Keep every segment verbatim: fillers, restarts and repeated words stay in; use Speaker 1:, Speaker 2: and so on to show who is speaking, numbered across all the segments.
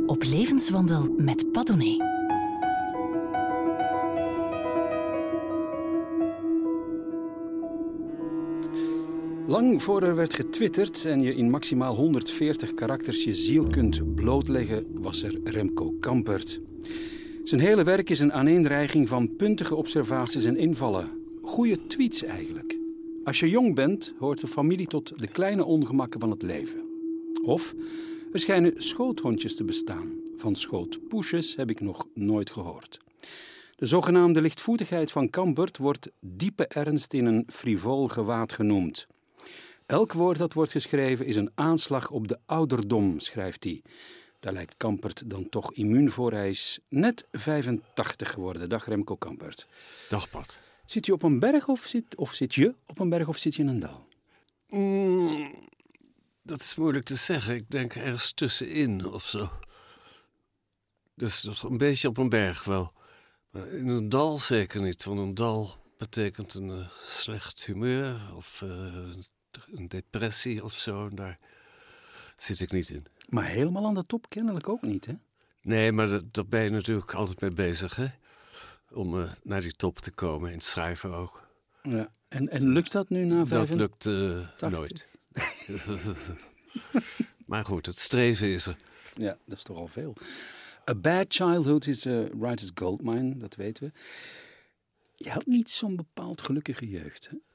Speaker 1: op levenswandel met Padone.
Speaker 2: Lang voor er werd getwitterd en je in maximaal honderdveertig karakters je ziel kunt blootleggen, was er Remco Kampert. Zijn hele werk is een aaneenreiging van puntige observaties en invallen. Goeie tweets eigenlijk. Als je jong bent, hoort de familie tot de kleine ongemakken van het leven. Of er schijnen schoothondjes te bestaan. Van schootpoesjes heb ik nog nooit gehoord. De zogenaamde lichtvoetigheid van Kampert wordt diepe ernst in een frivol gewaad genoemd. Elk woord dat wordt geschreven is een aanslag op de ouderdom, schrijft hij. Daar lijkt Kampert dan toch immuun voor. Hij is net vijfentachtig geworden. Dag Remco Kampert.
Speaker 3: Dag Pat.
Speaker 2: Zit je op een berg of zit, of zit je op een berg of zit je in een dal?
Speaker 3: Mm, dat is moeilijk te zeggen. Ik denk ergens tussenin of zo. Dus een beetje op een berg wel. Maar in een dal zeker niet. Want een dal betekent een uh, slecht humeur of uh, een depressie of zo. En daar zit ik niet in.
Speaker 2: Maar helemaal aan de top kennelijk ook niet, hè?
Speaker 3: Nee, maar dat, daar ben je natuurlijk altijd mee bezig, hè? Om uh, naar die top te komen, in het schrijven ook.
Speaker 2: Ja. En, en lukt dat nu na vijf?
Speaker 3: Dat lukt uh, nooit. Maar goed, het streven is er.
Speaker 2: Ja, dat is toch al veel. A bad childhood is a writer's goldmine, dat weten we. Je had niet zo'n bepaald gelukkige jeugd, hè?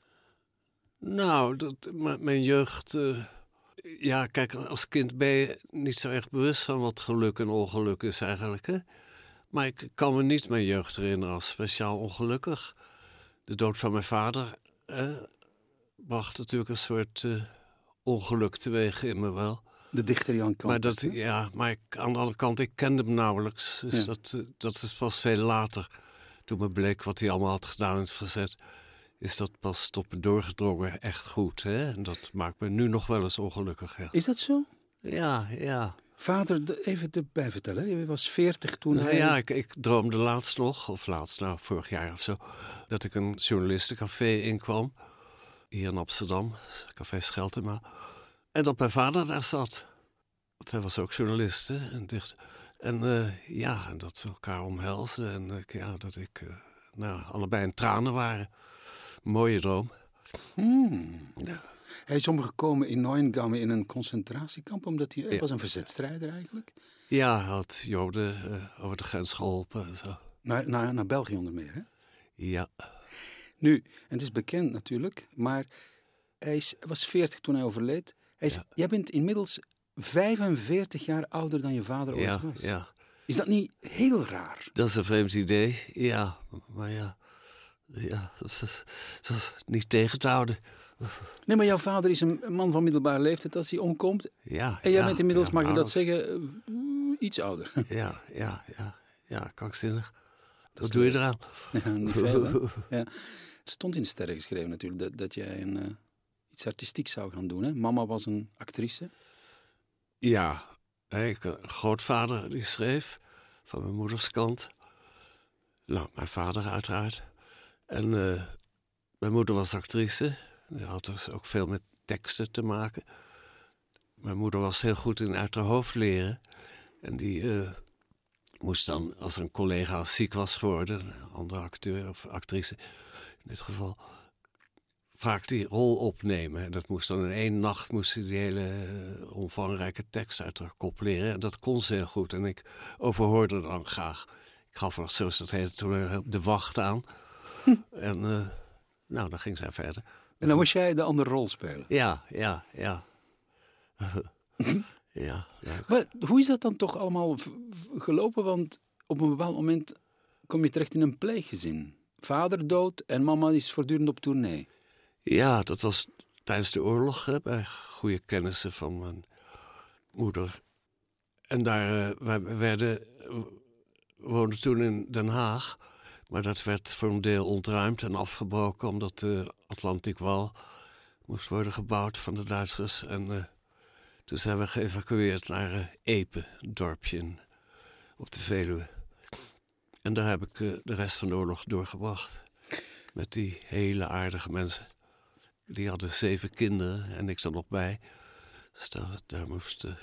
Speaker 3: Nou, dat, m- mijn jeugd... Uh, ja, kijk, als kind ben je niet zo erg bewust van wat geluk en ongeluk is eigenlijk, hè? Maar ik kan me niet mijn jeugd herinneren als speciaal ongelukkig. De dood van mijn vader eh, bracht natuurlijk een soort uh, ongeluk teweeg in me wel.
Speaker 2: De dichter Jan Kampert.
Speaker 3: Maar, dat, ja, maar ik, aan de andere kant, ik kende hem nauwelijks. Dus ja. dat, uh, dat is pas veel later, toen me bleek wat hij allemaal had gedaan in het verzet, is dat pas tot me doorgedrongen echt goed. Hè? En dat maakt me nu nog wel eens ongelukkig. Ja.
Speaker 2: Is dat zo?
Speaker 3: Ja, ja.
Speaker 2: Vader, even erbij vertellen. Je was veertig toen
Speaker 3: nou,
Speaker 2: hij...
Speaker 3: Ja, ik, ik droomde laatst nog, of laatst, nou, vorig jaar of zo, dat ik een journalistencafé inkwam. Hier in Amsterdam, Café Scheltema. En dat mijn vader daar zat. Want hij was ook journalist, hè, en dichter. En uh, ja, en dat we elkaar omhelsden. En uh, ja, dat ik, uh, nou, allebei in tranen waren. Mooie droom.
Speaker 2: Hmm. Ja. Hij is omgekomen in Neuengamme in een concentratiekamp, omdat hij, hij ja. was een verzetstrijder eigenlijk.
Speaker 3: Ja, hij had Joden uh, over de grens geholpen en zo.
Speaker 2: Naar, naar, naar België onder meer, hè?
Speaker 3: Ja.
Speaker 2: Nu, en het is bekend natuurlijk, maar hij is, was veertig toen hij overleed. Hij is, ja. Jij bent inmiddels vijfenveertig jaar ouder dan je vader ooit
Speaker 3: ja,
Speaker 2: was.
Speaker 3: Ja.
Speaker 2: Is dat niet heel raar?
Speaker 3: Dat is een vreemd idee, ja. Maar ja, ja dat is, dat is niet tegen te houden.
Speaker 2: Nee, maar jouw vader is een man van middelbare leeftijd als hij omkomt.
Speaker 3: Ja.
Speaker 2: En jij
Speaker 3: ja,
Speaker 2: bent inmiddels,
Speaker 3: ja,
Speaker 2: mag je dat zeggen, uh, iets ouder.
Speaker 3: Ja, ja, ja. Ja, krankzinnig. Wat doe je eraan?
Speaker 2: Ja, niet veel, hè? Ja. Het stond in de sterren geschreven natuurlijk dat, dat jij een, uh, iets artistieks zou gaan doen, hè? Mama was een actrice.
Speaker 3: Ja, ik, een grootvader die schreef, van mijn moeders kant. Nou, mijn vader uiteraard. En uh, mijn moeder was actrice. Die had dus ook veel met teksten te maken. Mijn moeder was heel goed in uit haar hoofd leren. En die uh, moest dan, als een collega ziek was geworden, een andere acteur of actrice in dit geval, vaak die rol opnemen. En dat moest dan in één nacht moest die hele uh, omvangrijke tekst uit haar kop leren. En dat kon ze heel goed. En ik overhoorde dan graag. Ik gaf er, zoals dat heette, toen de wacht aan. Hm. En uh, nou, dan ging zij verder.
Speaker 2: En dan moest jij de andere rol spelen?
Speaker 3: Ja, ja, ja. Ja, leuk.
Speaker 2: Maar hoe is dat dan toch allemaal v- v- gelopen? Want op een bepaald moment kom je terecht in een pleeggezin. Vader dood en mama is voortdurend op tournee.
Speaker 3: Ja, dat was tijdens de oorlog, hè, bij goede kennissen van mijn moeder. En daar, uh, wij werden, we woonden toen in Den Haag. Maar dat werd voor een deel ontruimd en afgebroken, omdat de Atlantic Wall moest worden gebouwd van de Duitsers. En uh, toen zijn we geëvacueerd naar uh, Epe, een dorpje in, op de Veluwe. En daar heb ik uh, de rest van de oorlog doorgebracht. Met die hele aardige mensen. Die hadden zeven kinderen en ik er nog bij. Dus daar, daar moest uh,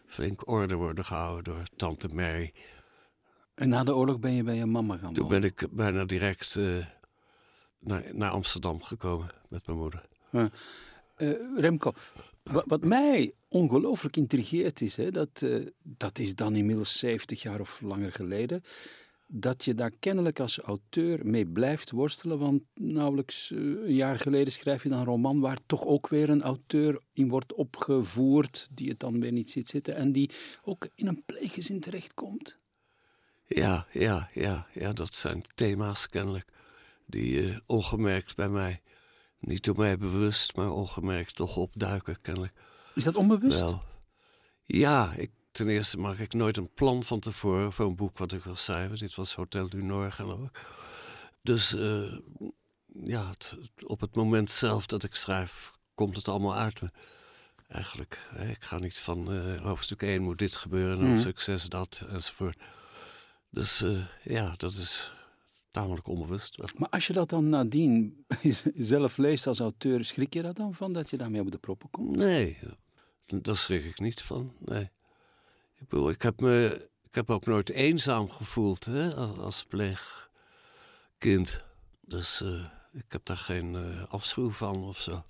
Speaker 3: flink orde worden gehouden door tante Mary.
Speaker 2: En na de oorlog ben je bij je mama gaan
Speaker 3: Toen
Speaker 2: wonen?
Speaker 3: ben ik bijna direct uh, naar, naar Amsterdam gekomen met mijn moeder.
Speaker 2: Uh, uh, Remco, wat, wat mij ongelooflijk intrigeert is, hè, dat, uh, dat is dan inmiddels zeventig jaar of langer geleden, dat je daar kennelijk als auteur mee blijft worstelen, want nauwelijks uh, een jaar geleden schrijf je dan een roman waar toch ook weer een auteur in wordt opgevoerd, die het dan weer niet ziet zitten en die ook in een pleeggezin terechtkomt.
Speaker 3: Ja, ja, ja, ja, dat zijn thema's kennelijk die uh, ongemerkt bij mij, niet door mij bewust, maar ongemerkt toch opduiken kennelijk.
Speaker 2: Is dat onbewust?
Speaker 3: Wel, ja, ik, ten eerste maak ik nooit een plan van tevoren voor een boek wat ik wil schrijven. Dit was Hotel du Nord, geloof ik. Dus uh, ja, het, op het moment zelf dat ik schrijf, komt het allemaal uit me. Eigenlijk, hè, ik ga niet van uh, hoofdstuk één moet dit gebeuren, mm. hoofdstuk zes dat, enzovoort. Dus uh, ja, dat is tamelijk onbewust.
Speaker 2: Maar als je dat dan nadien zelf leest als auteur, schrik je daar dan van dat je daarmee op de proppen komt?
Speaker 3: Nee, daar schrik ik niet van, nee. Ik bedoel, ik heb me, ik heb ook nooit eenzaam gevoeld, hè, als, als pleegkind. Dus uh, ik heb daar geen uh, afschuw van of zo.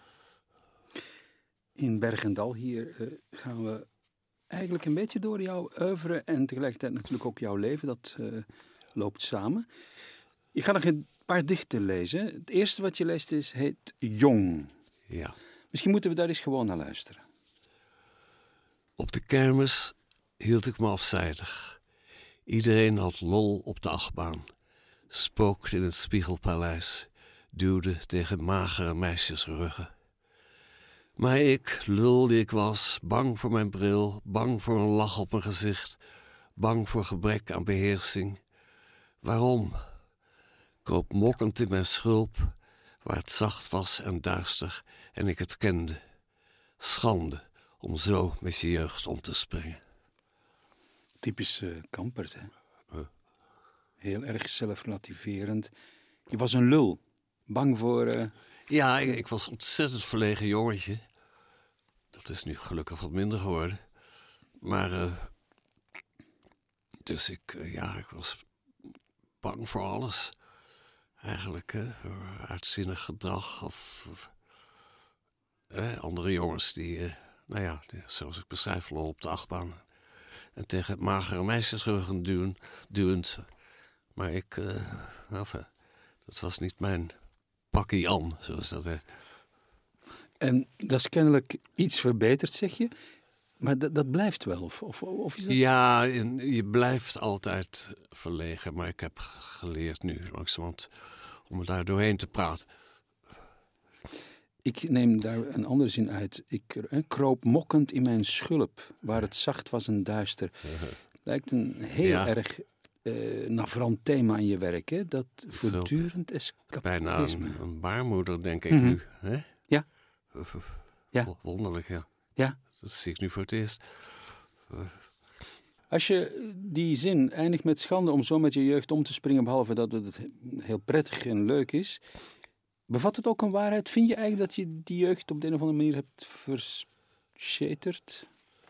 Speaker 2: In Bergendal hier uh, gaan we eigenlijk een beetje door jouw oeuvre en tegelijkertijd natuurlijk ook jouw leven. Dat uh, loopt samen. Ik ga nog een paar dichten lezen. Het eerste wat je leest is, heet Jong.
Speaker 3: Ja.
Speaker 2: Misschien moeten we daar eens gewoon naar luisteren.
Speaker 3: Op de kermis hield ik me afzijdig. Iedereen had lol op de achtbaan. Spookte in het Spiegelpaleis. Duwde tegen magere meisjesruggen. Maar ik, lul die ik was, bang voor mijn bril, bang voor een lach op mijn gezicht, bang voor gebrek aan beheersing. Waarom? Kroop mokkend in mijn schulp, waar het zacht was en duister en ik het kende. Schande om zo met je jeugd om te springen.
Speaker 2: Typisch uh, Kampert, hè?
Speaker 3: Huh?
Speaker 2: Heel erg zelfrelativerend. Je was een lul, bang voor... Uh...
Speaker 3: Ja, ik, ik was een ontzettend verlegen jongetje. Dat is nu gelukkig wat minder geworden. Maar, uh, dus ik, uh, ja, ik was bang voor alles. Eigenlijk, uh, uitzinnig gedrag of... of uh, andere jongens die, uh, nou ja, die, zoals ik beschrijf, lol op de achtbaan. En tegen magere meisjesruggen duwen, duwend. Maar ik, uh, enfin, dat was niet mijn... pakkie aan, zoals dat heet.
Speaker 2: En dat is kennelijk iets verbeterd, zeg je. Maar dat, dat blijft wel, of, of, of is dat...
Speaker 3: Ja, je blijft altijd verlegen. Maar ik heb geleerd nu, langzamerhand, om er daar doorheen te praten.
Speaker 2: Ik neem daar een andere zin uit. Ik eh, kroop mokkend in mijn schulp, waar het zacht was en duister. Uh-huh. Lijkt een heel ja. erg... Uh, navrant thema in je werk, hè? Dat voortdurend escapisme.
Speaker 3: Bijna een, een baarmoeder, denk ik
Speaker 2: mm-hmm.
Speaker 3: nu. Hè?
Speaker 2: Ja.
Speaker 3: ja. Wonderlijk, ja.
Speaker 2: Ja.
Speaker 3: Dat zie ik nu voor het eerst. Uh.
Speaker 2: Als je die zin eindigt met schande om zo met je jeugd om te springen, behalve dat het heel prettig en leuk is, bevat het ook een waarheid? Vind je eigenlijk dat je die jeugd op de een of andere manier hebt verscheterd?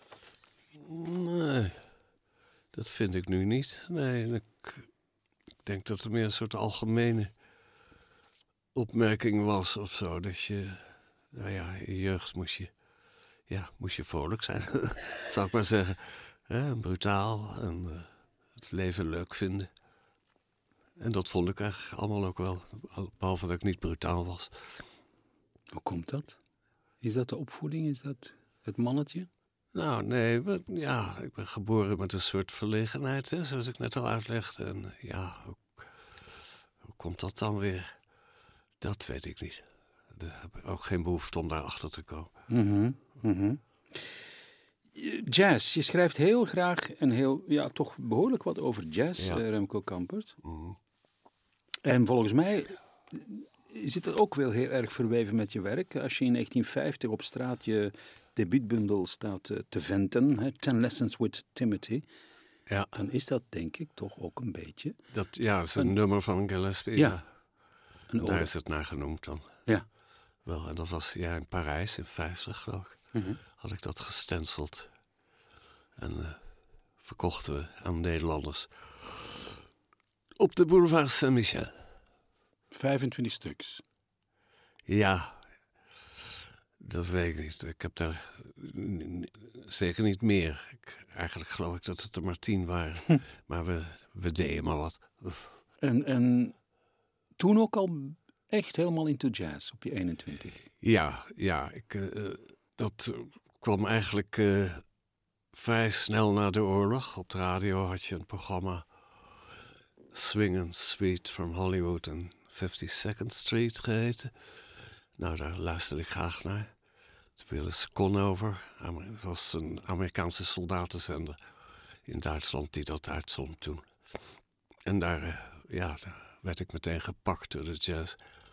Speaker 3: Nee. Dat vind ik nu niet. Nee, ik, ik denk dat er meer een soort algemene opmerking was of zo. Dat je, nou ja, in je jeugd moest je, ja, moest je vrolijk zijn, zou ik maar zeggen. Ja, brutaal en uh, het leven leuk vinden. En dat vond ik eigenlijk allemaal ook wel, behalve dat ik niet brutaal was.
Speaker 2: Hoe komt dat? Is dat de opvoeding? Is dat het mannetje?
Speaker 3: Nou, nee, maar, ja, ik ben geboren met een soort verlegenheid, hè, zoals ik net al uitlegde. En ja, hoe, hoe komt dat dan weer? Dat weet ik niet. Daar heb ik ook geen behoefte om daarachter te komen.
Speaker 2: Mm-hmm, mm-hmm. Jazz, je schrijft heel graag en heel, ja, toch behoorlijk wat over jazz, ja. uh, Remco Kampert.
Speaker 3: Mm-hmm.
Speaker 2: En volgens mij zit dat ook wel heel erg verweven met je werk. Als je in negentien vijftig op straat je debuutbundel staat uh, te venten, hè, Ten Lessons with Timothy,
Speaker 3: ja.
Speaker 2: dan is dat denk ik toch ook een beetje...
Speaker 3: Dat, ja, dat is een, een nummer van Gillespie.
Speaker 2: Ja.
Speaker 3: Een Daar is het naar genoemd dan.
Speaker 2: Ja.
Speaker 3: Wel, en dat was ja, in Parijs in vijftig, geloof ik. Mm-hmm. Had ik dat gestenceld. En uh, verkochten we aan Nederlanders. Op de boulevard Saint-Michel.
Speaker 2: vijfentwintig stuks.
Speaker 3: Ja, dat weet ik niet. Ik heb daar n- n- zeker niet meer. Ik, eigenlijk geloof ik dat het er maar tien waren. Hm. Maar we, we deden maar wat.
Speaker 2: En, en toen ook al echt helemaal into jazz op je eenentwintig?
Speaker 3: Ja, ja. Ik, uh, dat uh, kwam eigenlijk uh, vrij snel na de oorlog. Op de radio had je een programma Swing and Sweet from Hollywood en fifty-second Street geheten. Nou, daar luisterde ik graag naar. Willis Conover. Het was een Amerikaanse soldatenzender in Duitsland die dat uitzond toen. En daar, uh, ja, daar werd ik meteen gepakt door de jazz.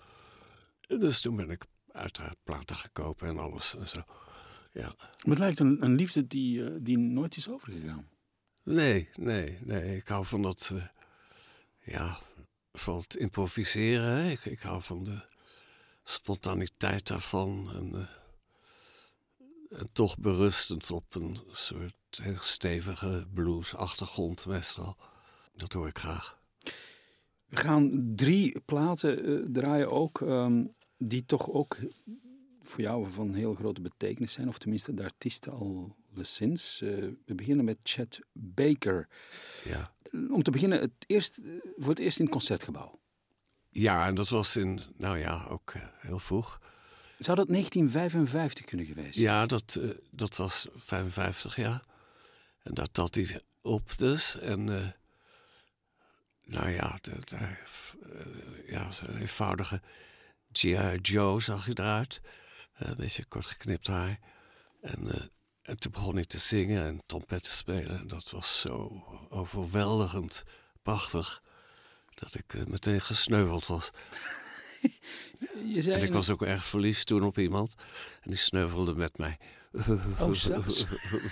Speaker 3: Dus toen ben ik uiteraard platen gekopen en alles en zo. Ja.
Speaker 2: Maar het lijkt een, een liefde die, uh, die nooit is overgegaan.
Speaker 3: Nee, nee, nee. Ik hou van dat, uh, ja, van het improviseren. Hè? Ik, ik hou van de spontaniteit daarvan. En, uh, en toch berustend op een soort heel stevige blues-achtergrond meestal. Dat hoor ik graag.
Speaker 2: We gaan drie platen uh, draaien ook, um, die toch ook voor jou van heel grote betekenis zijn. Of tenminste de artiesten al sinds. Uh, we beginnen met Chet Baker.
Speaker 3: Ja.
Speaker 2: Om te beginnen, het eerst, voor het eerst in het Concertgebouw.
Speaker 3: Ja, en dat was in, nou ja, ook uh, heel vroeg.
Speaker 2: Zou dat negentien vijfenvijftig kunnen geweest zijn?
Speaker 3: Ja, dat, uh, dat was vijfenvijftig, ja. En daar trad hij op dus. En uh, nou ja, dat, uh, uh, ja, zo'n eenvoudige G I Joe zag hij eruit. Uh, een beetje kort geknipt haar. En, uh, en toen begon hij te zingen en trompet te spelen. En dat was zo overweldigend prachtig dat ik uh, meteen gesneuveld was.
Speaker 2: Je zei
Speaker 3: en ik
Speaker 2: een...
Speaker 3: was ook erg verliefd toen op iemand. En die sneuvelde met mij.
Speaker 2: Oh, zelfs.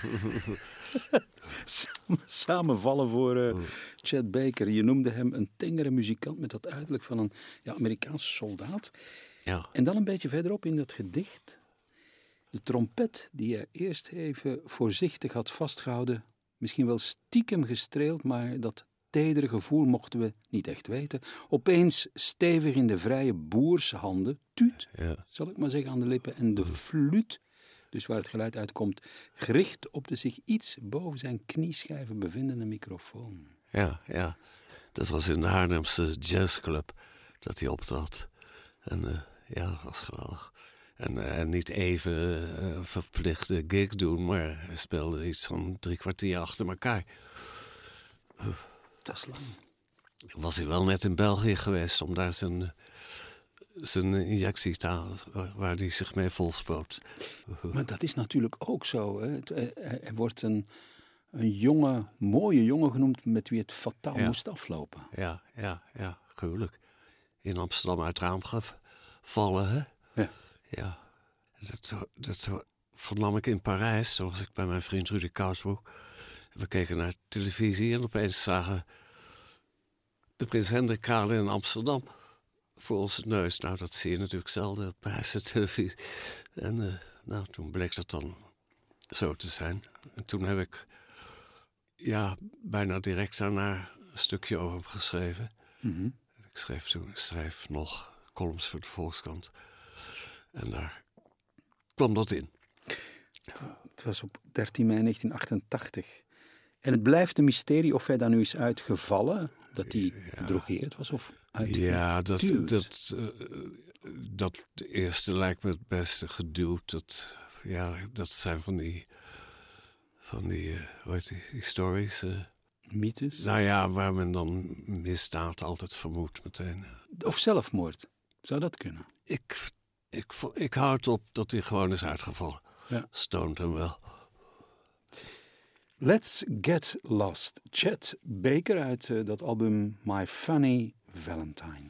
Speaker 2: Samenvallen voor uh, Chet Baker. Je noemde hem een tengere muzikant met dat uiterlijk van een ja, Amerikaanse soldaat.
Speaker 3: Ja.
Speaker 2: En dan een beetje verderop in dat gedicht. De trompet die hij eerst even voorzichtig had vastgehouden. Misschien wel stiekem gestreeld, maar dat tedere gevoel mochten we niet echt weten. Opeens stevig in de vrije boershanden, tuut,
Speaker 3: Ja.
Speaker 2: zal ik maar zeggen, aan de lippen. En de fluit, dus waar het geluid uitkomt, gericht op de zich iets boven zijn knieschijven bevindende microfoon.
Speaker 3: Ja, ja. Dat was in de Haarlemse jazzclub dat hij optrad. En uh, ja, dat was geweldig. En, uh, en niet even uh, een verplichte gig doen, maar hij speelde iets van drie kwartier achter elkaar. Uh,
Speaker 2: dat is lang.
Speaker 3: Was hij wel net in België geweest om daar zijn, zijn injectie te halen, waar hij zich mee volspoot. Uh,
Speaker 2: maar dat is natuurlijk ook zo. Hè? Hij wordt een, een jonge, mooie jongen genoemd met wie het fataal ja. moest aflopen.
Speaker 3: Ja, ja, ja, gruwelijk. In Amsterdam uit het raam gevallen, hè?
Speaker 2: Ja.
Speaker 3: Ja, dat, dat vernam ik in Parijs. Toen was ik bij mijn vriend Rudy Kousbroek. We keken naar televisie en opeens zagen de Prins Hendrikkade in Amsterdam voor onze neus. Nou, dat zie je natuurlijk zelden op Parijse televisie. En uh, nou, toen bleek dat dan zo te zijn. En toen heb ik ja, bijna direct daarna een stukje over hem geschreven.
Speaker 2: Mm-hmm.
Speaker 3: Ik schreef toen, ik schreef nog columns voor de Volkskrant. En daar kwam dat in.
Speaker 2: Het was op dertien mei negentien achtentachtig. En het blijft een mysterie of hij daar nu is uitgevallen, dat hij ja. gedrogeerd was of uitgeduwd.
Speaker 3: Ja, dat, dat, uh, dat eerste lijkt me het beste geduwd. Dat, ja, dat zijn van die, van die, uh, hoe heet die, die stories. Uh,
Speaker 2: Mythes?
Speaker 3: Nou ja, waar men dan misdaad altijd vermoedt meteen.
Speaker 2: Of zelfmoord. Zou dat kunnen?
Speaker 3: Ik, ik, ik hou het op dat hij gewoon is uitgevallen.
Speaker 2: Ja.
Speaker 3: Stoont hem wel.
Speaker 2: Let's Get Lost. Chet Baker uit uh, dat album My Funny Valentine.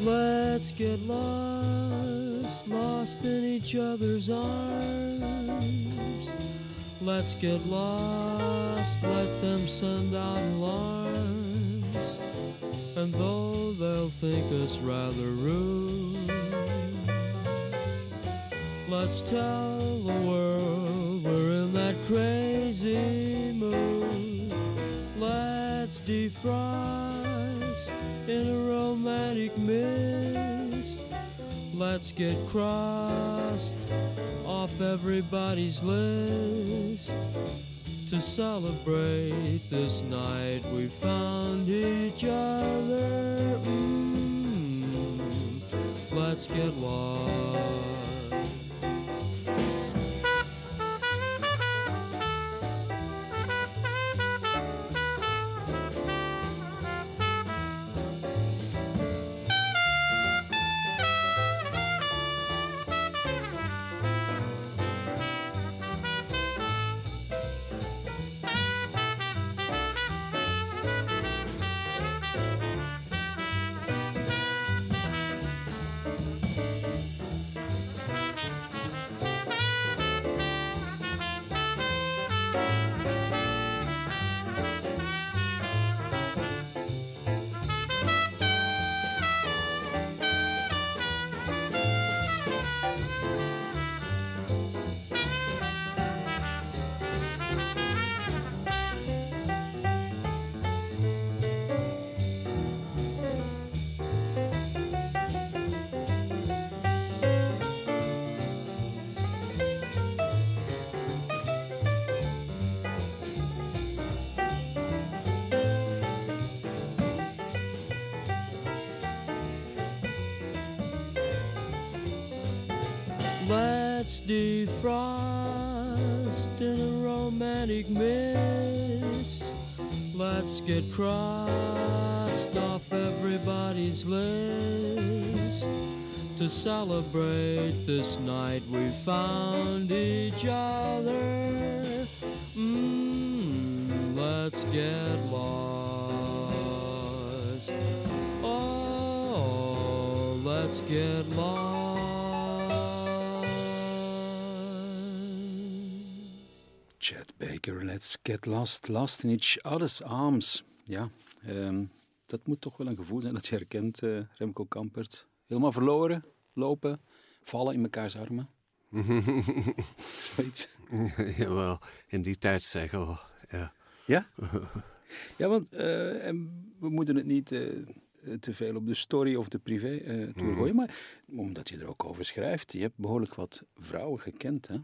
Speaker 4: Let's get lost, lost in each other's arms. Let's get lost, let them send out alarms. And though they'll think us rather rude, let's tell the world we're in that crazy mood. Let's defrost in a romantic mist. Let's get crossed off everybody's list. To celebrate this night we found each other. Mm, let's get lost. Let's defrost in a romantic mist. Let's get crossed off everybody's list. To celebrate this night we found each other. Mm, let's get lost. Oh, let's get lost.
Speaker 2: Chet Baker, Let's Get Lost, Lost in Each Other's Arms. Ja, um, dat moet toch wel een gevoel zijn dat je herkent, uh, Remco Kampert. Helemaal verloren, lopen, vallen in mekaars armen. Zoiets.
Speaker 3: Jawel, in die tijd zeggen we, ja.
Speaker 2: Ja? Ja, want uh, we moeten het niet uh, te veel op de story of de privé uh, tour gooien, maar omdat je er ook over schrijft, je hebt behoorlijk wat vrouwen gekend, hè?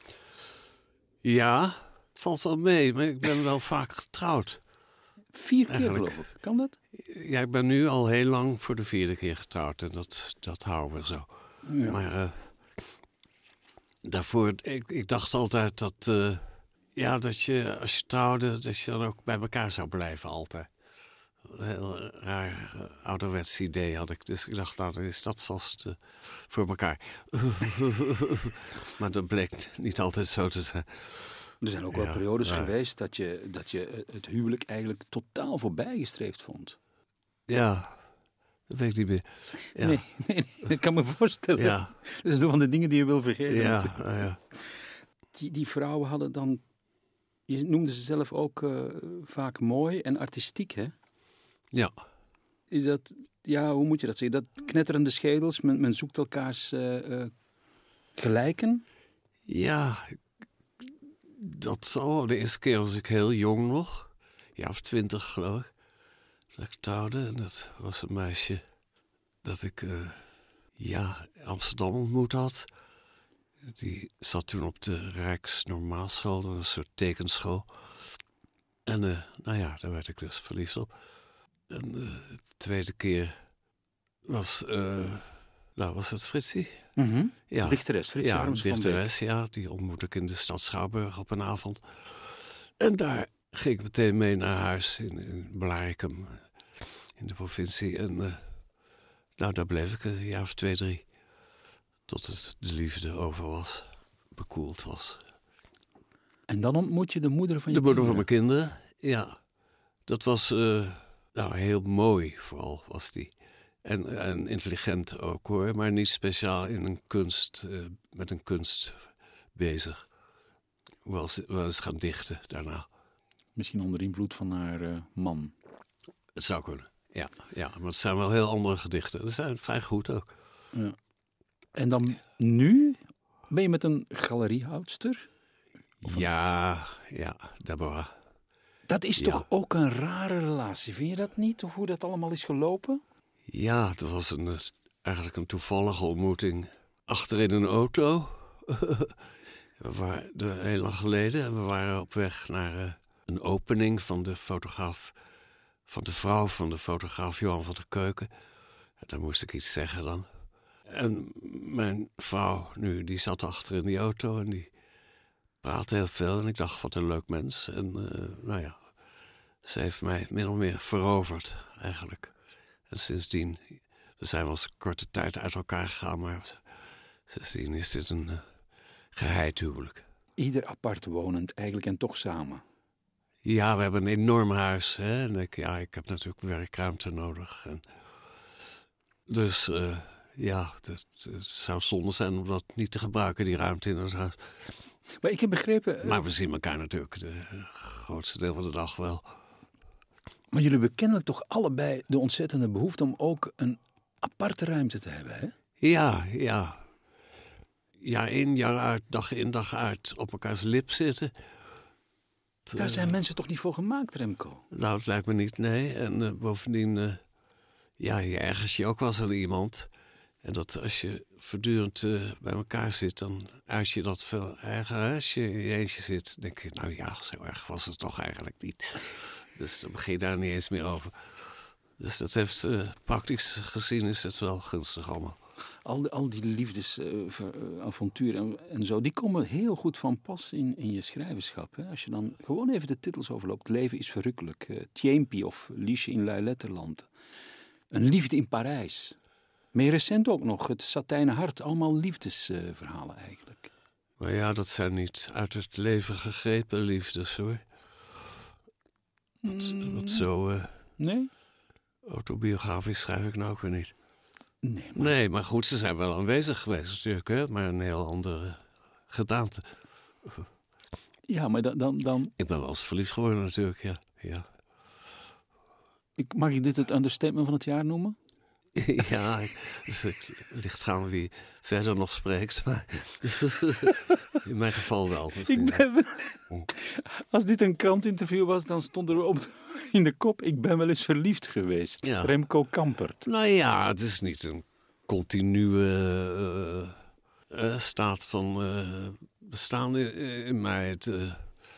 Speaker 3: Ja, het valt wel mee, maar ik ben wel vaak getrouwd.
Speaker 2: Vier keer
Speaker 3: Eigenlijk.
Speaker 2: geloof ik, kan dat?
Speaker 3: Ja, ik ben nu al heel lang voor de vierde keer getrouwd en dat, dat houden we zo.
Speaker 2: Ja.
Speaker 3: Maar uh, daarvoor, ik, ik dacht altijd dat, uh, ja, dat je als je trouwde, dat je dan ook bij elkaar zou blijven altijd. Een heel raar uh, ouderwets idee had ik, dus ik dacht, nou, dan is dat vast uh, voor elkaar. Maar dat bleek niet altijd zo te zijn.
Speaker 2: Er zijn ook wel
Speaker 3: Ja,
Speaker 2: periodes
Speaker 3: ja.
Speaker 2: geweest dat je, dat je het huwelijk eigenlijk totaal voorbijgestreefd vond.
Speaker 3: Ja, dat weet ik niet meer. Ja.
Speaker 2: Nee, nee, nee, dat kan me voorstellen.
Speaker 3: Ja.
Speaker 2: Dat is een van de dingen die je wil vergeten.
Speaker 3: Ja, uh, ja.
Speaker 2: Die, die vrouwen hadden dan, je noemde ze zelf ook uh, vaak mooi en artistiek, hè?
Speaker 3: Ja.
Speaker 2: Is dat, ja, hoe moet je dat zeggen? Dat knetterende schedels, men, men zoekt elkaars uh, uh, gelijken?
Speaker 3: Ja, dat zal. De eerste keer was ik heel jong nog. Ja, of twintig geloof ik. Dat ik trouwde. En dat was een meisje dat ik uh, ja, in Amsterdam ontmoet had. Die zat toen op de Rijksnormaalschool. Dat was een soort tekenschool. En uh, nou ja, daar werd ik dus verliefd op. En uh, de tweede keer was, uh, nou was het Fritsie.
Speaker 2: Mm-hmm.
Speaker 3: Ja.
Speaker 2: Dichteres, Fritsie
Speaker 3: Ja,
Speaker 2: Harms van Beek.
Speaker 3: dichteres, ja. Die ontmoette ik in de stad Schouwburg op een avond. En daar ging ik meteen mee naar huis in, in Blaricum, in de provincie. En uh, nou, daar bleef ik een jaar of twee, drie. Tot het de liefde over was, bekoeld was.
Speaker 2: En dan ontmoet je de moeder van je
Speaker 3: De moeder van
Speaker 2: kinderen.
Speaker 3: mijn kinderen, ja. Dat was uh, nou, heel mooi, vooral was die. En, en intelligent ook hoor, maar niet speciaal in een kunst, uh, met een kunst bezig. Wel eens, wel eens gaan dichten daarna.
Speaker 2: Misschien onder invloed van haar uh, man.
Speaker 3: Het zou kunnen, ja, ja. Maar het zijn wel heel andere gedichten. Die zijn vrij goed ook.
Speaker 2: Ja. En dan nu ben je met een galeriehoudster? Of een...
Speaker 3: Ja, ja, Deborah.
Speaker 2: Dat is
Speaker 3: Ja.
Speaker 2: toch ook een rare relatie, vind je dat niet? Of hoe dat allemaal is gelopen?
Speaker 3: Ja, het was een, eigenlijk een toevallige ontmoeting achterin een auto. We waren er heel lang geleden en we waren op weg naar uh, een opening van de fotograaf, van de vrouw van de fotograaf Johan van der Keuken. En daar moest ik iets zeggen dan. En mijn vrouw nu, die zat achter in die auto en die praatte heel veel. En ik dacht, wat een leuk mens. En uh, nou ja, ze heeft mij min of meer veroverd eigenlijk. En sindsdien, we zijn wel eens een korte tijd uit elkaar gegaan, maar sindsdien is dit een uh, geheid huwelijk.
Speaker 2: Ieder apart wonend eigenlijk en toch samen.
Speaker 3: Ja, we hebben een enorm huis. Hè? En ik, ja, ik heb natuurlijk werkruimte nodig. En dus uh, ja, het, het zou zonde zijn om dat niet te gebruiken, die ruimte in het huis.
Speaker 2: Maar ik heb begrepen... Uh,
Speaker 3: maar we zien elkaar natuurlijk de grootste deel van de dag wel.
Speaker 2: Maar jullie hebben kennelijk toch allebei de ontzettende behoefte om ook een aparte ruimte te hebben, hè?
Speaker 3: Ja, ja. Jaar in, jaar uit, dag in, dag uit op elkaars lip zitten.
Speaker 2: Daar zijn mensen toch niet voor gemaakt, Remco?
Speaker 3: Nou, het lijkt me niet, nee. En uh, bovendien, uh, ja, je ergert je ook wel eens aan iemand. En dat als je voortdurend uh, bij elkaar zit, dan uit je dat veel erger. Als je in je eentje zit, denk je, nou ja, zo erg was het toch eigenlijk niet. Dus dan begin je daar niet eens meer over. Dus dat heeft, uh, praktisch gezien, is het wel gunstig allemaal.
Speaker 2: Al, die, al die liefdesavonturen uh, en, en zo, die komen heel goed van pas in, in je schrijverschap. Hè? Als je dan gewoon even de titels overloopt. Leven is verrukkelijk. Uh, Tjempi of Liesje in Luiletterland. Een liefde in Parijs. Meer recent ook nog, het Satijnen Hart. Allemaal liefdesverhalen uh, eigenlijk.
Speaker 3: Maar ja, dat zijn niet uit het leven gegrepen liefdes, hoor. Wat,
Speaker 2: Mm.
Speaker 3: wat zo uh,
Speaker 2: Nee?
Speaker 3: autobiografisch schrijf ik nou ook weer niet.
Speaker 2: Nee maar...
Speaker 3: nee, maar goed, ze zijn wel aanwezig geweest natuurlijk, hè? Maar een heel andere gedaante.
Speaker 2: Ja, maar dan, dan, dan...
Speaker 3: Ik ben wel eens verliefd geworden natuurlijk, ja. ja.
Speaker 2: Ik, mag ik dit het understatement van het jaar noemen?
Speaker 3: Ja, ik, dus het ligt gaan wie verder nog spreekt, maar in mijn geval wel.
Speaker 2: Ik ben wel... Als dit een krantinterview was, dan stond er op in de kop: ik ben wel eens verliefd geweest.
Speaker 3: Ja.
Speaker 2: Remco Kampert.
Speaker 3: Nou ja, het is niet een continue uh, uh, staat van uh, bestaan in, in mij. Het, uh,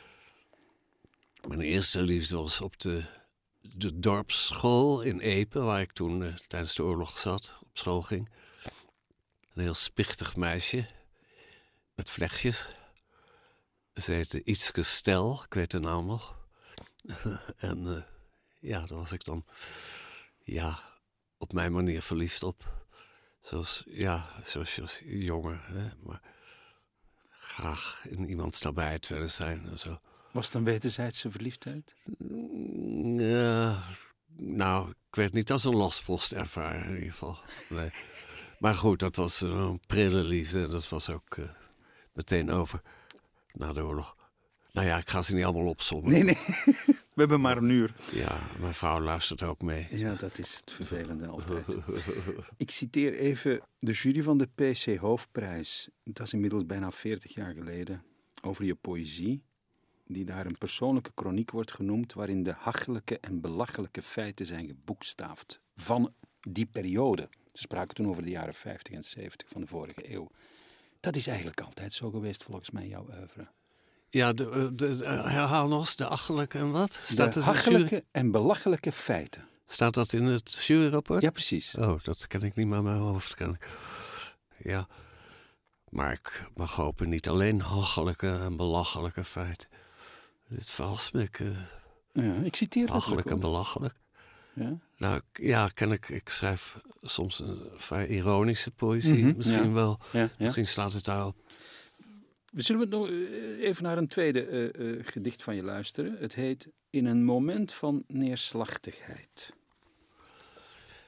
Speaker 3: mijn eerste liefde was op de, de dorpsschool in Epe, waar ik toen uh, tijdens de oorlog zat, op school ging. Een heel spichtig meisje met vlechtjes. Ze heette Ietske Stel, ik weet de naam nog. en uh, ja, daar was ik dan ja, op mijn manier verliefd op. Zoals, ja, zoals je als jonger, hè, maar graag in iemands nabijheid willen zijn en zo.
Speaker 2: Was het een wederzijdse verliefdheid?
Speaker 3: Ja, nou, ik werd niet als een lastpost ervaren in ieder geval. Nee. Maar goed, dat was een prille liefde en dat was ook uh, meteen over na de oorlog. Nou ja, ik ga ze niet allemaal opzommen.
Speaker 2: Nee, nee. We hebben maar een uur.
Speaker 3: Ja, mijn vrouw luistert ook mee.
Speaker 2: Ja, dat is het vervelende altijd. Ik citeer even de jury van de P C Hoofdprijs. Dat is inmiddels bijna veertig jaar geleden. Over je poëzie. Die daar een persoonlijke kroniek wordt genoemd, waarin de hachelijke en belachelijke feiten zijn geboekstaafd van die periode. Ze spraken toen over de jaren vijftig en zeventig van de vorige eeuw. Dat is eigenlijk altijd zo geweest, volgens mij, jouw oeuvre.
Speaker 3: Ja, de, de, de, herhaal nog eens de achterlijke en wat? Staat
Speaker 2: de
Speaker 3: het
Speaker 2: hachelijke
Speaker 3: jury...
Speaker 2: en belachelijke feiten.
Speaker 3: Staat dat in het juryrapport?
Speaker 2: Ja, precies.
Speaker 3: Oh, dat ken ik niet meer in mijn hoofd. Ken ik. Ja, maar ik mag hopen niet alleen hachelijke en belachelijke feiten. Dit verrast me. Ik, uh,
Speaker 2: Ja, ik citeer dat
Speaker 3: hachelijk
Speaker 2: ook,
Speaker 3: en
Speaker 2: hoor.
Speaker 3: belachelijk.
Speaker 2: Ja?
Speaker 3: Nou, ik- ja, ken ik. Ik schrijf soms een vrij ironische poëzie.
Speaker 2: Mhm,
Speaker 3: Misschien
Speaker 2: ja.
Speaker 3: wel.
Speaker 2: Ja, ja.
Speaker 3: Misschien slaat het daarop.
Speaker 2: We zullen nog eh, even naar een tweede eh, eh, gedicht van je luisteren. Het heet In een moment van neerslachtigheid.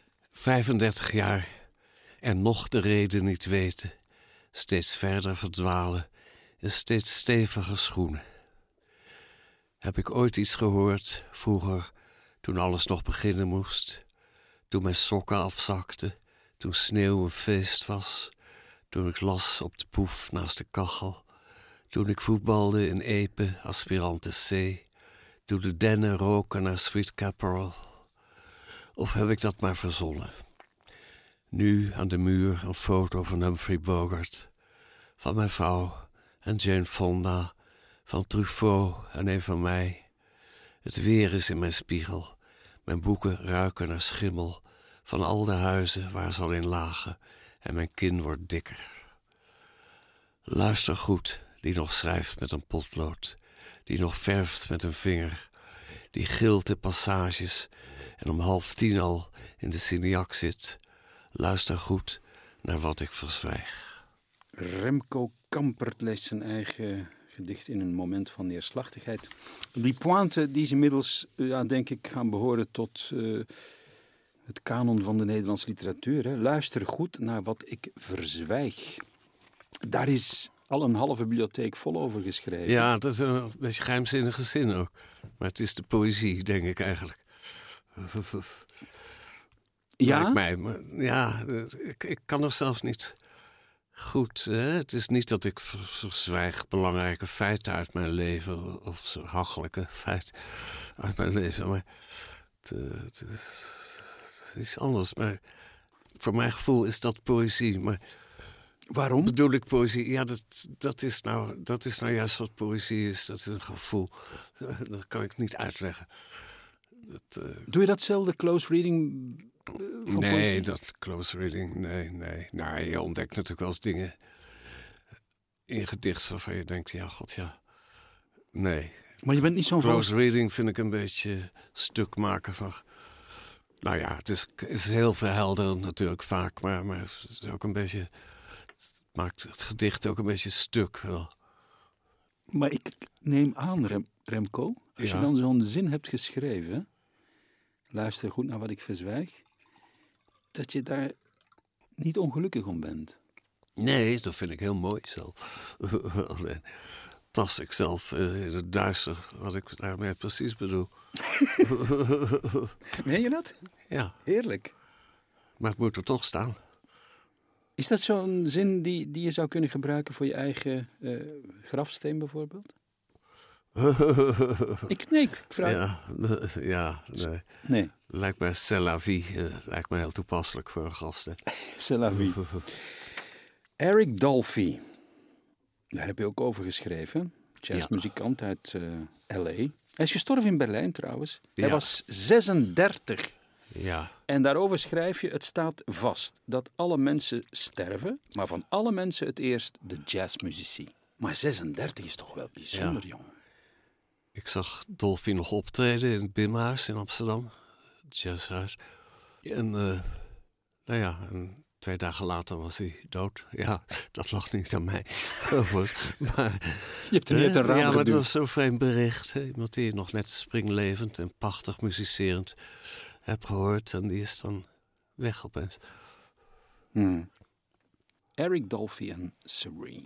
Speaker 3: vijfendertig jaar en nog de reden niet weten. Steeds verder verdwalen in steeds steviger schoenen. Heb ik ooit iets gehoord, vroeger, toen alles nog beginnen moest? Toen mijn sokken afzakten, toen sneeuw een feest was, toen ik las op de poef naast de kachel, toen ik voetbalde in Epe, aspirante C, toen de dennen roken naar Sweet Caporal. Of heb ik dat maar verzonnen? Nu aan de muur een foto van Humphrey Bogart, van mijn vrouw en Jane Fonda, van Truffaut en een van mij. Het weer is in mijn spiegel, mijn boeken ruiken naar schimmel, van al de huizen waar ze al in lagen, en mijn kin wordt dikker. Luister goed, die nog schrijft met een potlood, die nog verft met een vinger, die gilt de passages en om half tien al in de Cineac zit. Luister goed naar wat ik verzwijg.
Speaker 2: Remco Kampert leest zijn eigen gedicht in een moment van neerslachtigheid. Die pointe die is inmiddels, ja, denk ik, gaan behoren tot uh, het kanon van de Nederlandse literatuur. Hè. Luister goed naar wat ik verzwijg. Daar is al een halve bibliotheek vol over geschreven.
Speaker 3: Ja, dat is een beetje geheimzinnige zin ook. Maar het is de poëzie, denk ik eigenlijk.
Speaker 2: Ja?
Speaker 3: Lijkt mij. Maar ja, ik, ik kan er zelfs niet goed. Hè? Het is niet dat ik verzwijg belangrijke feiten uit mijn leven, of hachelijke feiten uit mijn leven. Maar het, het, is, het is anders. Maar voor mijn gevoel is dat poëzie. Maar
Speaker 2: waarom?
Speaker 3: Bedoel ik poëzie? Ja, dat, dat, is nou, dat is nou juist wat poëzie is. Dat is een gevoel. Dat kan ik niet uitleggen. Dat, uh...
Speaker 2: Doe je datzelfde close reading uh, van
Speaker 3: nee,
Speaker 2: poëzie?
Speaker 3: dat close reading, nee, nee. Nou, je ontdekt natuurlijk wel eens dingen in gedicht waarvan je denkt, ja, god, ja, nee.
Speaker 2: Maar je bent niet zo'n
Speaker 3: Close
Speaker 2: vol...
Speaker 3: reading vind ik een beetje stuk maken van... Nou ja, het is, is heel verhelderend natuurlijk vaak, maar, maar het is ook een beetje... Het maakt het gedicht ook een beetje stuk wel.
Speaker 2: Maar ik neem aan, Rem, Remco, als
Speaker 3: Ja.
Speaker 2: je dan zo'n zin hebt geschreven, luister goed naar wat ik verzwijg, dat je daar niet ongelukkig om bent.
Speaker 3: Nee, dat vind ik heel mooi zelf. Alleen tast ik zelf uh, in het duister wat ik daarmee precies bedoel.
Speaker 2: Meen je dat?
Speaker 3: Ja,
Speaker 2: Heerlijk.
Speaker 3: maar het moet er toch staan.
Speaker 2: Is dat zo'n zin die, die je zou kunnen gebruiken voor je eigen uh, grafsteen bijvoorbeeld? ik, nee, ik vraag...
Speaker 3: Ja, ja, nee.
Speaker 2: Nee.
Speaker 3: Lijkt mij c'est la vie, uh, lijkt mij heel toepasselijk voor een gasten.
Speaker 2: C'est la vie. Eric Dolphy. Daar heb je ook over geschreven. Jazzmuzikant ja. uit uh, L A. Hij is gestorven in Berlijn trouwens. Hij
Speaker 3: ja.
Speaker 2: was zesendertig.
Speaker 3: Ja.
Speaker 2: En daarover schrijf je, het staat vast dat alle mensen sterven, maar van alle mensen het eerst de jazzmuzici. Maar zesendertig is toch wel bijzonder, ja. jongen.
Speaker 3: Ik zag Dolphy nog optreden in het Bimhuis in Amsterdam. Het jazzhuis. En, uh, nou ja, en twee dagen later was hij dood. Ja, dat lag niet aan mij. maar,
Speaker 2: je hebt er niet uit een raam
Speaker 3: Ja, maar het
Speaker 2: geduwd.
Speaker 3: was zo'n vreemd bericht. Hè? Iemand die nog net springlevend en prachtig muzicerend heb gehoord. En die is dan weg opeens.
Speaker 2: Hmm. Eric Dolphy en Serene.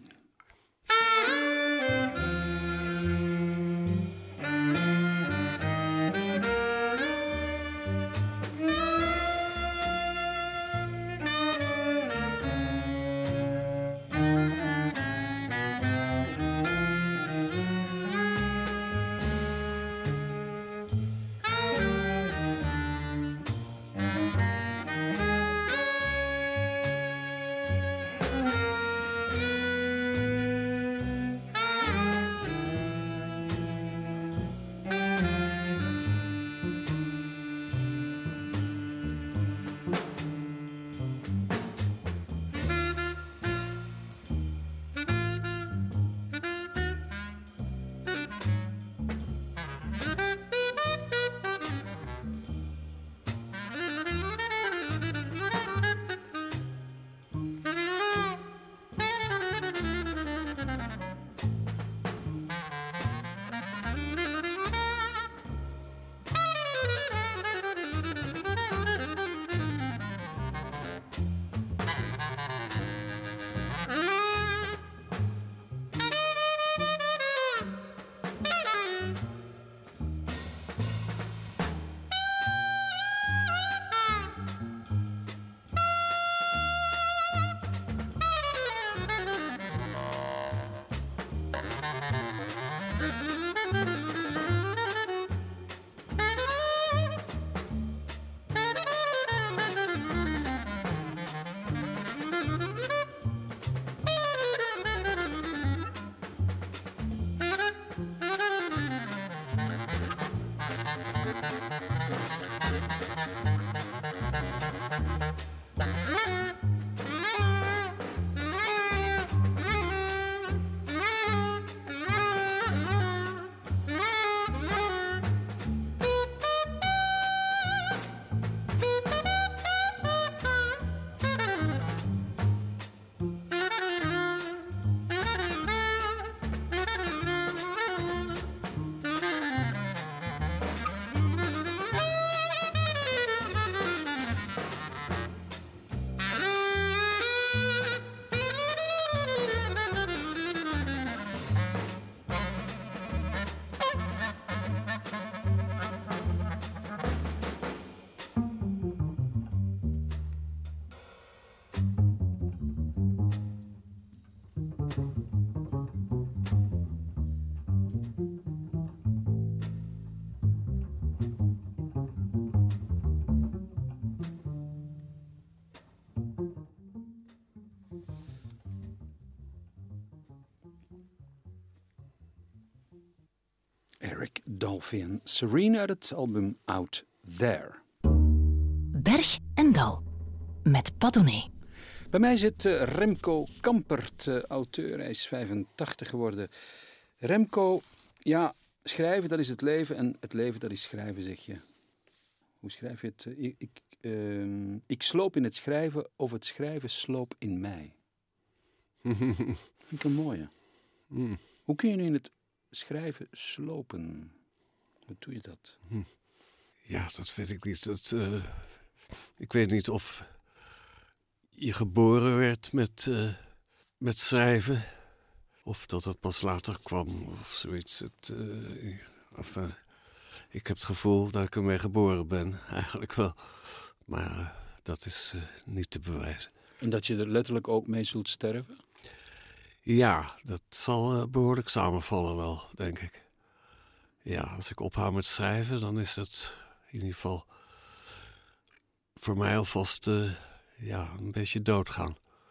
Speaker 2: Eric Dolphy en Serene uit het album Out There.
Speaker 1: Berg en Dal met Padone.
Speaker 2: Bij mij zit uh, Remco Kampert, uh, auteur. Hij is vijfentachtig geworden. Remco, ja, schrijven dat is het leven en het leven dat is schrijven, zeg je. Hoe schrijf je het? Ik, ik, uh, ik sloop in het schrijven of het schrijven sloop in mij. Vind ik een mooie.
Speaker 3: Mm.
Speaker 2: Hoe kun je nu in het schrijven slopen? Hoe doe je dat?
Speaker 3: Hm. Ja, dat weet ik niet. Dat, uh, ik weet niet of je geboren werd met, uh, met schrijven. Of dat het pas later kwam of zoiets. Het, uh, of, uh, ik heb het gevoel dat ik ermee geboren ben. Eigenlijk wel. Maar uh, dat is uh, niet te bewijzen.
Speaker 2: En dat je er letterlijk ook mee zult sterven?
Speaker 3: Ja, dat zal uh, behoorlijk samenvallen wel, denk ik. Ja, als ik ophoud met schrijven, dan is het in ieder geval voor mij alvast uh, ja, een beetje doodgaan.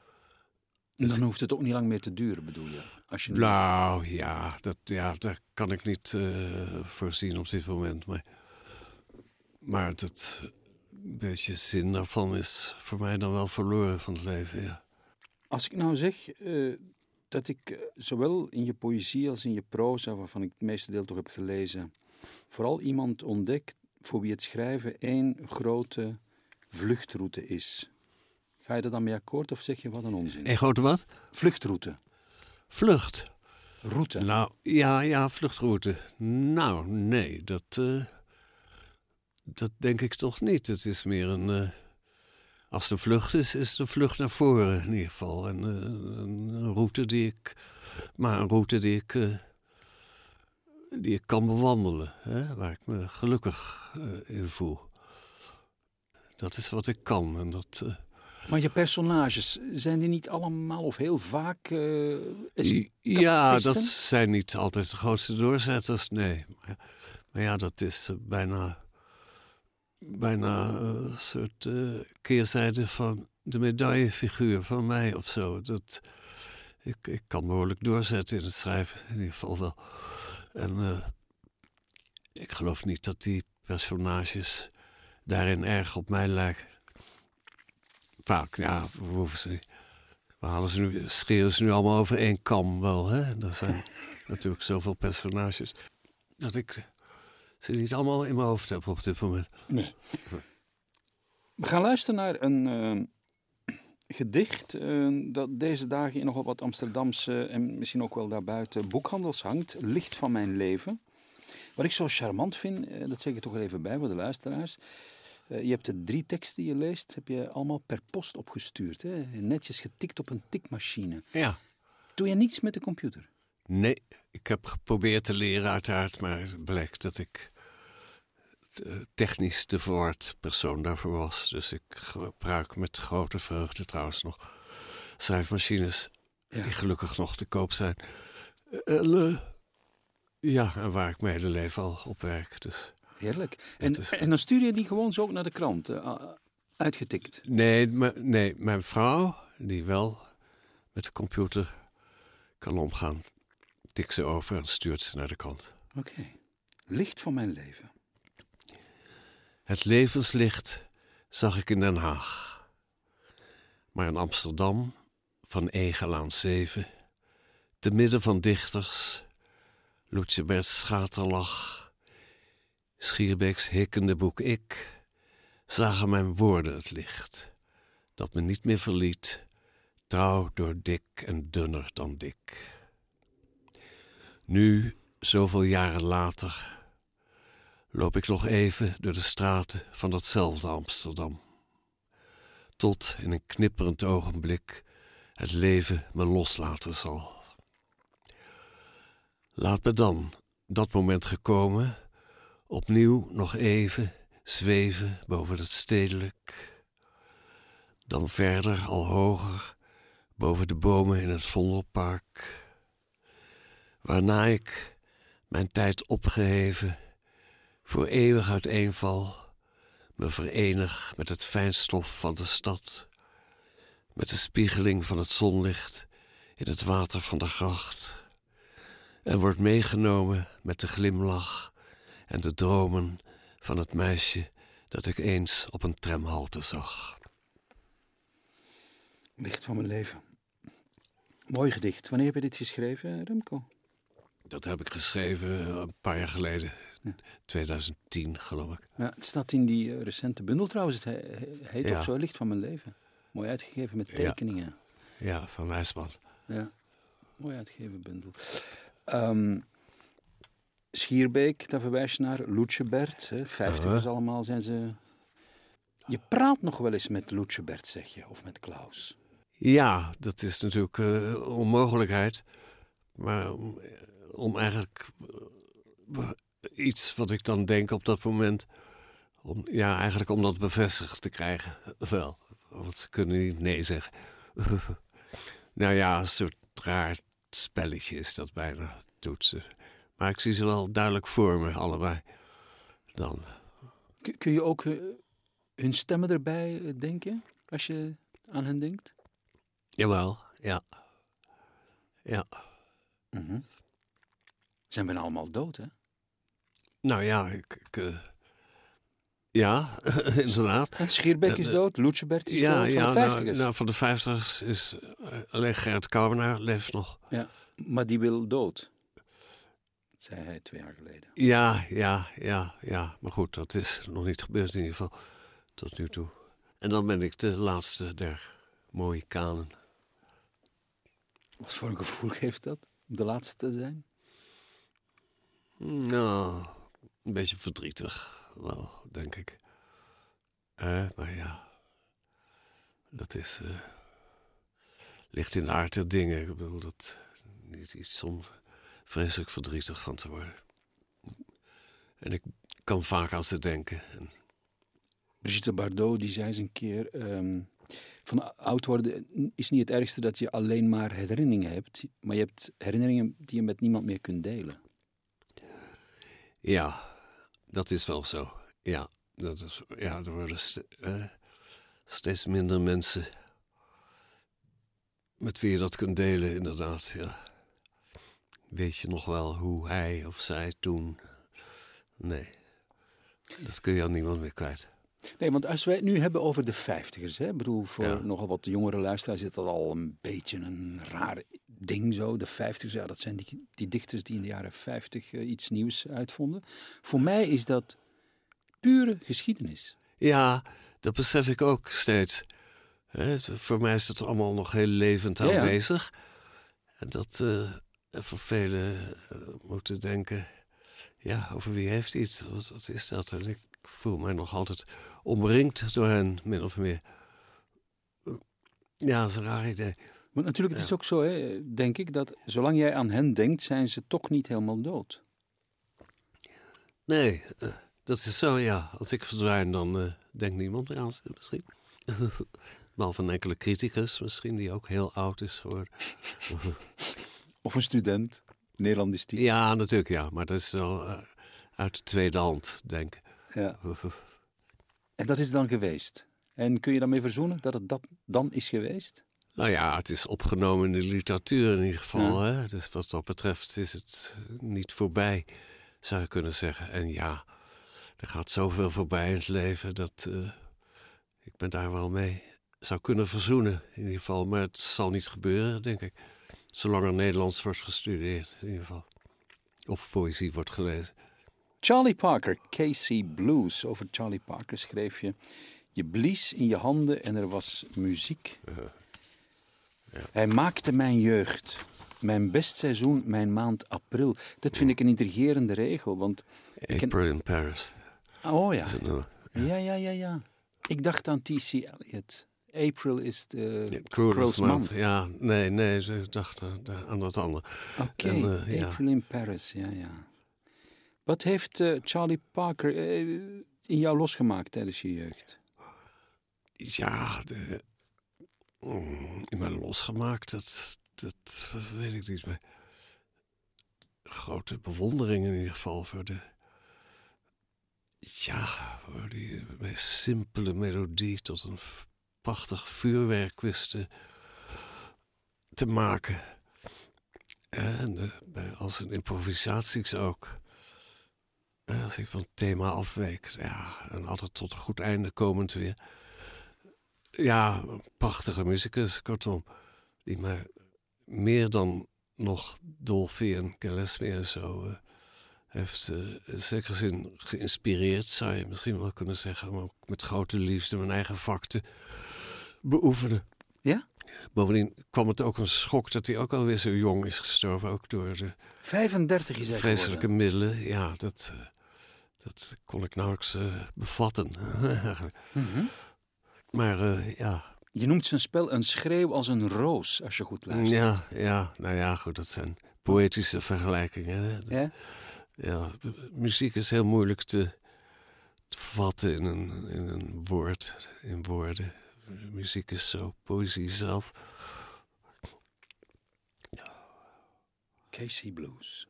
Speaker 2: En dan hoeft het ook niet lang meer te duren, bedoel je? Als je
Speaker 3: nou ja, dat, ja, daar kan ik niet uh, voorzien op dit moment. Maar, maar het een beetje zin daarvan is voor mij dan wel verloren van het leven, ja.
Speaker 2: Als ik nou zeg uh, dat ik uh, zowel in je poëzie als in je proza, waarvan ik het meeste deel toch heb gelezen, vooral iemand ontdek voor wie het schrijven één grote vluchtroute is. Ga je er dan mee akkoord of zeg je wat een onzin?
Speaker 3: Een grote wat?
Speaker 2: Vluchtroute.
Speaker 3: Vlucht.
Speaker 2: Route.
Speaker 3: Nou, ja, ja, vluchtroute. Nou, nee, dat, uh, dat denk ik toch niet. Het is meer een... Uh, als de vlucht is, is de vlucht naar voren in ieder geval. En uh, een route die ik... Maar een route die ik... Uh, die ik kan bewandelen. Hè, waar ik me gelukkig uh, in voel. Dat is wat ik kan. En dat... Uh,
Speaker 2: Maar je personages, zijn die niet allemaal of heel vaak uh,
Speaker 3: ja, dat zijn niet altijd de grootste doorzetters, nee. Maar, maar ja, dat is uh, bijna, bijna uh, een soort uh, keerzijde van de medaillefiguur van mij of zo. Dat, ik, ik kan behoorlijk doorzetten in het schrijven, in ieder geval wel. En uh, ik geloof niet dat die personages daarin erg op mij lijken. Vaak, ja, we hoeven ze niet. We halen ze nu, scheren ze nu allemaal over één kam wel, hè? Er zijn natuurlijk zoveel personages dat ik ze niet allemaal in mijn hoofd heb op dit moment.
Speaker 2: Nee. We gaan luisteren naar een uh, gedicht uh, dat deze dagen in nogal wat Amsterdamse en misschien ook wel daarbuiten boekhandels hangt. Licht van mijn leven. Wat ik zo charmant vind, uh, dat zeg ik toch even bij voor de luisteraars. Uh, je hebt de drie teksten die je leest, heb je allemaal per post opgestuurd. Hè? Netjes getikt op een tikmachine.
Speaker 3: Ja.
Speaker 2: Doe je niets met de computer?
Speaker 3: Nee, ik heb geprobeerd te leren uiteraard, maar het blijkt dat ik technisch te verward persoon daarvoor was. Dus ik gebruik met grote vreugde trouwens nog schrijfmachines ja. die gelukkig nog te koop zijn. En, uh, ja, en waar ik mijn hele leven al op werk, dus...
Speaker 2: Heerlijk. En, is... en dan stuur je die gewoon zo ook naar de krant, uh, uitgetikt?
Speaker 3: Nee, m- nee, mijn vrouw, die wel met de computer kan omgaan, tikt ze over en stuurt ze naar de krant.
Speaker 2: Oké. Okay. Licht van mijn leven.
Speaker 3: Het levenslicht zag ik in Den Haag. Maar in Amsterdam, van Egelaan zeven, te midden van dichters, Loetjeberts schaterlach, Schierbeeks hikkende boek ik, zagen mijn woorden het licht, dat me niet meer verliet, trouw door dik en dunner dan dik. Nu, zoveel jaren later, loop ik nog even door de straten van datzelfde Amsterdam. Tot in een knipperend ogenblik het leven me loslaten zal. Laat me dan, dat moment gekomen, opnieuw nog even zweven boven het stedelijk. Dan verder, al hoger, boven de bomen in het Vondelpark. Waarna ik, mijn tijd opgeheven, voor eeuwig uiteenval, me verenig met het fijnstof van de stad, met de spiegeling van het zonlicht in het water van de gracht, en word meegenomen met de glimlach en de dromen van het meisje dat ik eens op een tramhalte zag.
Speaker 2: Licht van mijn leven. Mooi gedicht. Wanneer heb je dit geschreven, Remco?
Speaker 3: Dat heb ik geschreven een paar jaar geleden. Ja. twintig tien, geloof ik.
Speaker 2: Ja, het staat in die uh, recente bundel trouwens. Het he- heet
Speaker 3: ja.
Speaker 2: ook zo, Licht van mijn leven. Mooi uitgegeven met tekeningen.
Speaker 3: Ja, ja van Wijsman.
Speaker 2: Ja, mooi uitgegeven bundel. Um, Schierbeek, daar verwijs je naar. Loetjebert, vijftigers uh-huh. allemaal zijn ze. Je praat nog wel eens met Loetjebert, zeg je, of met Klaus.
Speaker 3: Ja, dat is natuurlijk uh, een onmogelijkheid. Maar om, om eigenlijk uh, iets wat ik dan denk op dat moment, om, ja, eigenlijk om dat bevestigd te krijgen. Wel, want ze kunnen niet nee zeggen. Nou ja, een soort raar spelletje is dat bijna, toetsen. Maar ik zie ze wel duidelijk voor me, allebei. Dan.
Speaker 2: Kun, kun je ook uh, hun stemmen erbij uh, denken, als je aan hen denkt?
Speaker 3: Jawel, ja. Ja.
Speaker 2: Mm-hmm. Zijn bijna allemaal dood, hè?
Speaker 3: Nou ja, ik... ik uh, ja, inderdaad.
Speaker 2: En Schierbeek is dood, Loetjebert is
Speaker 3: ja,
Speaker 2: dood,
Speaker 3: ja,
Speaker 2: van de vijftigers.
Speaker 3: Nou, nou, van de vijftigers is uh, alleen Gerrit Kouwenaar leeft nog.
Speaker 2: Ja, maar die wil dood, zei hij twee jaar geleden.
Speaker 3: Ja, ja, ja, ja. Maar goed, dat is nog niet gebeurd in ieder geval, tot nu toe. En dan ben ik de laatste der Mohikanen.
Speaker 2: Wat voor een gevoel geeft dat, om de laatste te zijn?
Speaker 3: Nou, een beetje verdrietig wel, denk ik. Eh, maar ja, dat is... Uh, ligt in de aard der dingen. Ik bedoel, dat niet iets om vreselijk verdrietig van te worden. En ik kan vaak aan ze denken. En...
Speaker 2: Brigitte Bardot, die zei eens een keer... Um, van oud worden is niet het ergste dat je alleen maar herinneringen hebt. Maar je hebt herinneringen die je met niemand meer kunt delen.
Speaker 3: Ja, dat is wel zo. Ja, dat is, ja er worden st- eh, steeds minder mensen met wie je dat kunt delen, inderdaad. Ja. Weet je nog wel hoe hij of zij toen... Nee, dat kun je aan niemand meer kwijt.
Speaker 2: Nee, want als wij het nu hebben over de vijftigers, hè, ik bedoel, voor
Speaker 3: ja.
Speaker 2: nogal wat jongere luisteraars is dat al een beetje een raar ding zo. De vijftigers, ja, dat zijn die, die dichters die in de jaren vijftig uh, iets nieuws uitvonden. Voor mij is dat pure geschiedenis.
Speaker 3: Ja, dat besef ik ook steeds. He, voor mij is het allemaal nog heel levend aanwezig. Ja, ja. En dat uh, voor velen uh, moeten denken, ja, over wie heeft hij het? Wat, wat is dat? En ik voel mij nog altijd omringd door hen, min of meer. Ja, dat is een raar idee.
Speaker 2: Maar natuurlijk, het is ja. ook zo, hè, denk ik, dat zolang jij aan hen denkt, zijn ze toch niet helemaal dood.
Speaker 3: Nee, uh, dat is zo, ja. Als ik verdwijn, dan uh, denkt niemand meer aan ze, misschien. Behalve een enkele criticus, misschien, die ook heel oud is geworden.
Speaker 2: Of een student, Nederlandistiek.
Speaker 3: Ja, natuurlijk, ja. Maar dat is wel uh, uit de tweede hand, denk ik.
Speaker 2: Ja. En dat is dan geweest. En kun je daarmee verzoenen dat het dat dan is geweest?
Speaker 3: Nou ja, het is opgenomen in de literatuur in ieder geval. Ja. Hè? Dus wat dat betreft is het niet voorbij, zou je kunnen zeggen. En ja, er gaat zoveel voorbij in het leven dat... Uh, ik ben daar wel mee zou kunnen verzoenen, in ieder geval. Maar het zal niet gebeuren, denk ik. Zolang er Nederlands wordt gestudeerd, in ieder geval. Of poëzie wordt gelezen.
Speaker 2: Charlie Parker, K C Blues. Over Charlie Parker schreef je... Je blies in je handen en er was muziek.
Speaker 3: Uh, ja.
Speaker 2: Hij maakte mijn jeugd. Mijn best seizoen, mijn maand april. Dat vind ik een intrigerende regel, want...
Speaker 3: April ken... in Paris.
Speaker 2: Oh ja.
Speaker 3: Ja.
Speaker 2: ja, ja, ja, ja. Ik dacht aan T C Eliot. April is de
Speaker 3: ja,
Speaker 2: Cruel's Month.
Speaker 3: Ja, nee, nee, ze dachten aan dat andere.
Speaker 2: Oké, okay, uh, April ja. in Paris, ja, ja. Wat heeft uh, Charlie Parker uh, in jou losgemaakt tijdens je jeugd?
Speaker 3: Ja, de, mm, in mij losgemaakt, dat, dat weet ik niet meer. Grote bewondering in ieder geval voor de... Ja, voor die meest simpele melodie tot een prachtig vuurwerk wisten te maken. En de, bij, als een improvisaties ook. Als ik van het thema afweek, ja, en altijd tot een goed einde komend weer. Ja, een prachtige muzikus, kortom. Die mij meer dan nog Dolphy en Gillespie en zo... Uh, heeft uh, in zekere zin geïnspireerd, zou je misschien wel kunnen zeggen. Maar ook met grote liefde mijn eigen vak te beoefenen.
Speaker 2: Ja?
Speaker 3: Bovendien kwam het ook een schok dat hij ook alweer zo jong is gestorven. Ook door de
Speaker 2: vijfendertig is hij
Speaker 3: vreselijke
Speaker 2: geworden.
Speaker 3: middelen. Ja, dat, uh, dat kon ik nauwelijks uh, bevatten.
Speaker 2: mm-hmm.
Speaker 3: Maar uh, ja...
Speaker 2: Je noemt zijn spel een schreeuw als een roos, als je goed luistert.
Speaker 3: Ja, ja, nou ja, goed, dat zijn poëtische vergelijkingen. Hè?
Speaker 2: Ja?
Speaker 3: Ja, muziek is heel moeilijk te, te vatten in een, in een woord, in woorden. Muziek is zo, poëzie zelf.
Speaker 2: K C Blues.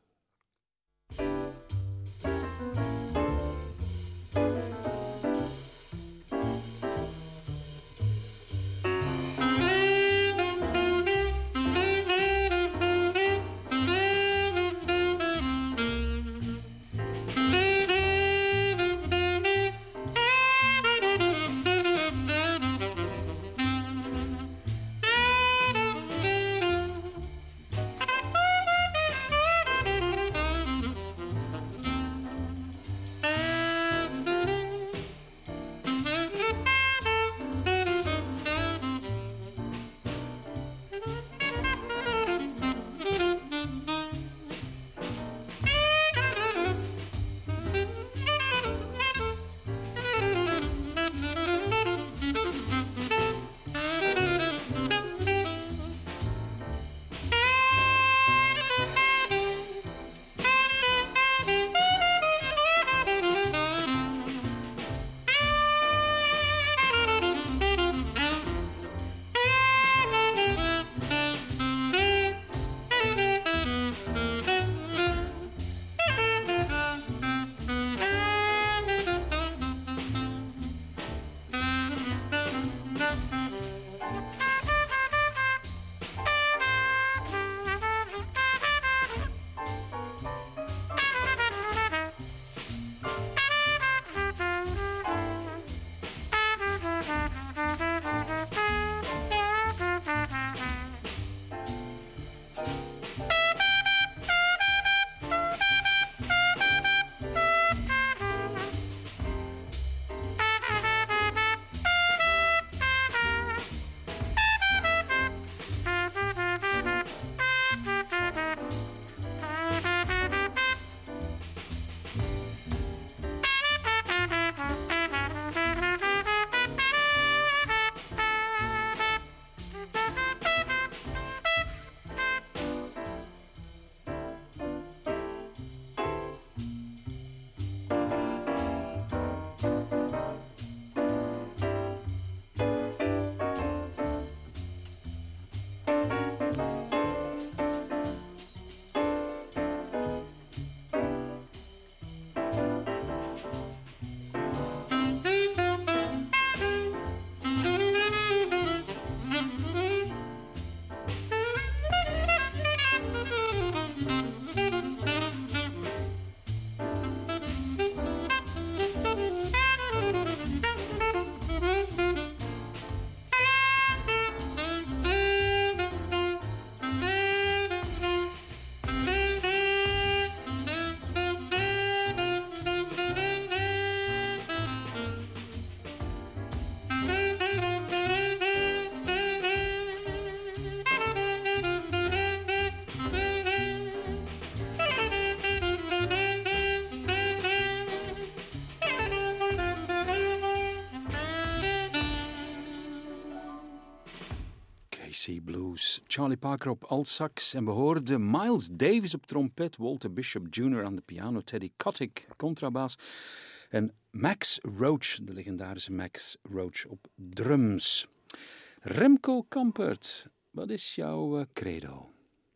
Speaker 2: Sea Blues. Charlie Parker op altsax en we hoorden Miles Davis op trompet, Walter Bishop junior aan de piano, Teddy Kotick contrabas en Max Roach, de legendarische Max Roach op drums. Remco Kampert, wat is jouw uh, credo?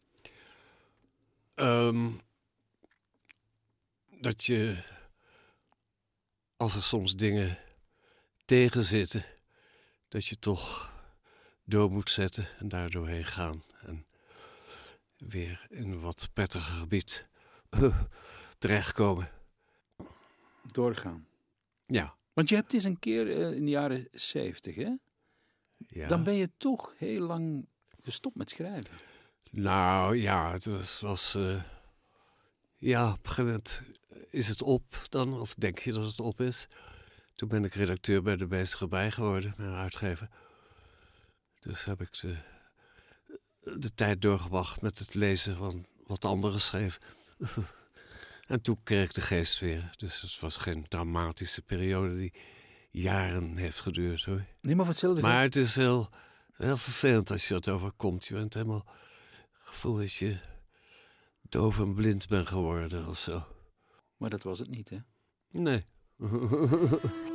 Speaker 3: Um, dat je, als er soms dingen tegenzitten, dat je toch door moet zetten en daar doorheen gaan. En weer in een wat prettiger gebied terechtkomen.
Speaker 2: Doorgaan.
Speaker 3: Ja.
Speaker 2: Want je hebt eens een keer uh, in de jaren zeventig, hè?
Speaker 3: Ja.
Speaker 2: Dan ben je toch heel lang gestopt met schrijven.
Speaker 3: Nou ja, het was... was uh, ja, op een gegeven moment is het op dan, of denk je dat het op is. Toen ben ik redacteur bij de Bezige Bij geworden, mijn uitgever. Dus heb ik de, de tijd doorgebracht met het lezen van wat anderen schreven. En toen kreeg ik de geest weer. Dus het was geen dramatische periode die jaren heeft geduurd, hoor.
Speaker 2: Nee, maar hetzelfde.
Speaker 3: Maar het is heel, heel vervelend als je dat overkomt. Je bent helemaal het gevoel dat je doof en blind bent geworden of zo.
Speaker 2: Maar dat was het niet, hè?
Speaker 3: Nee.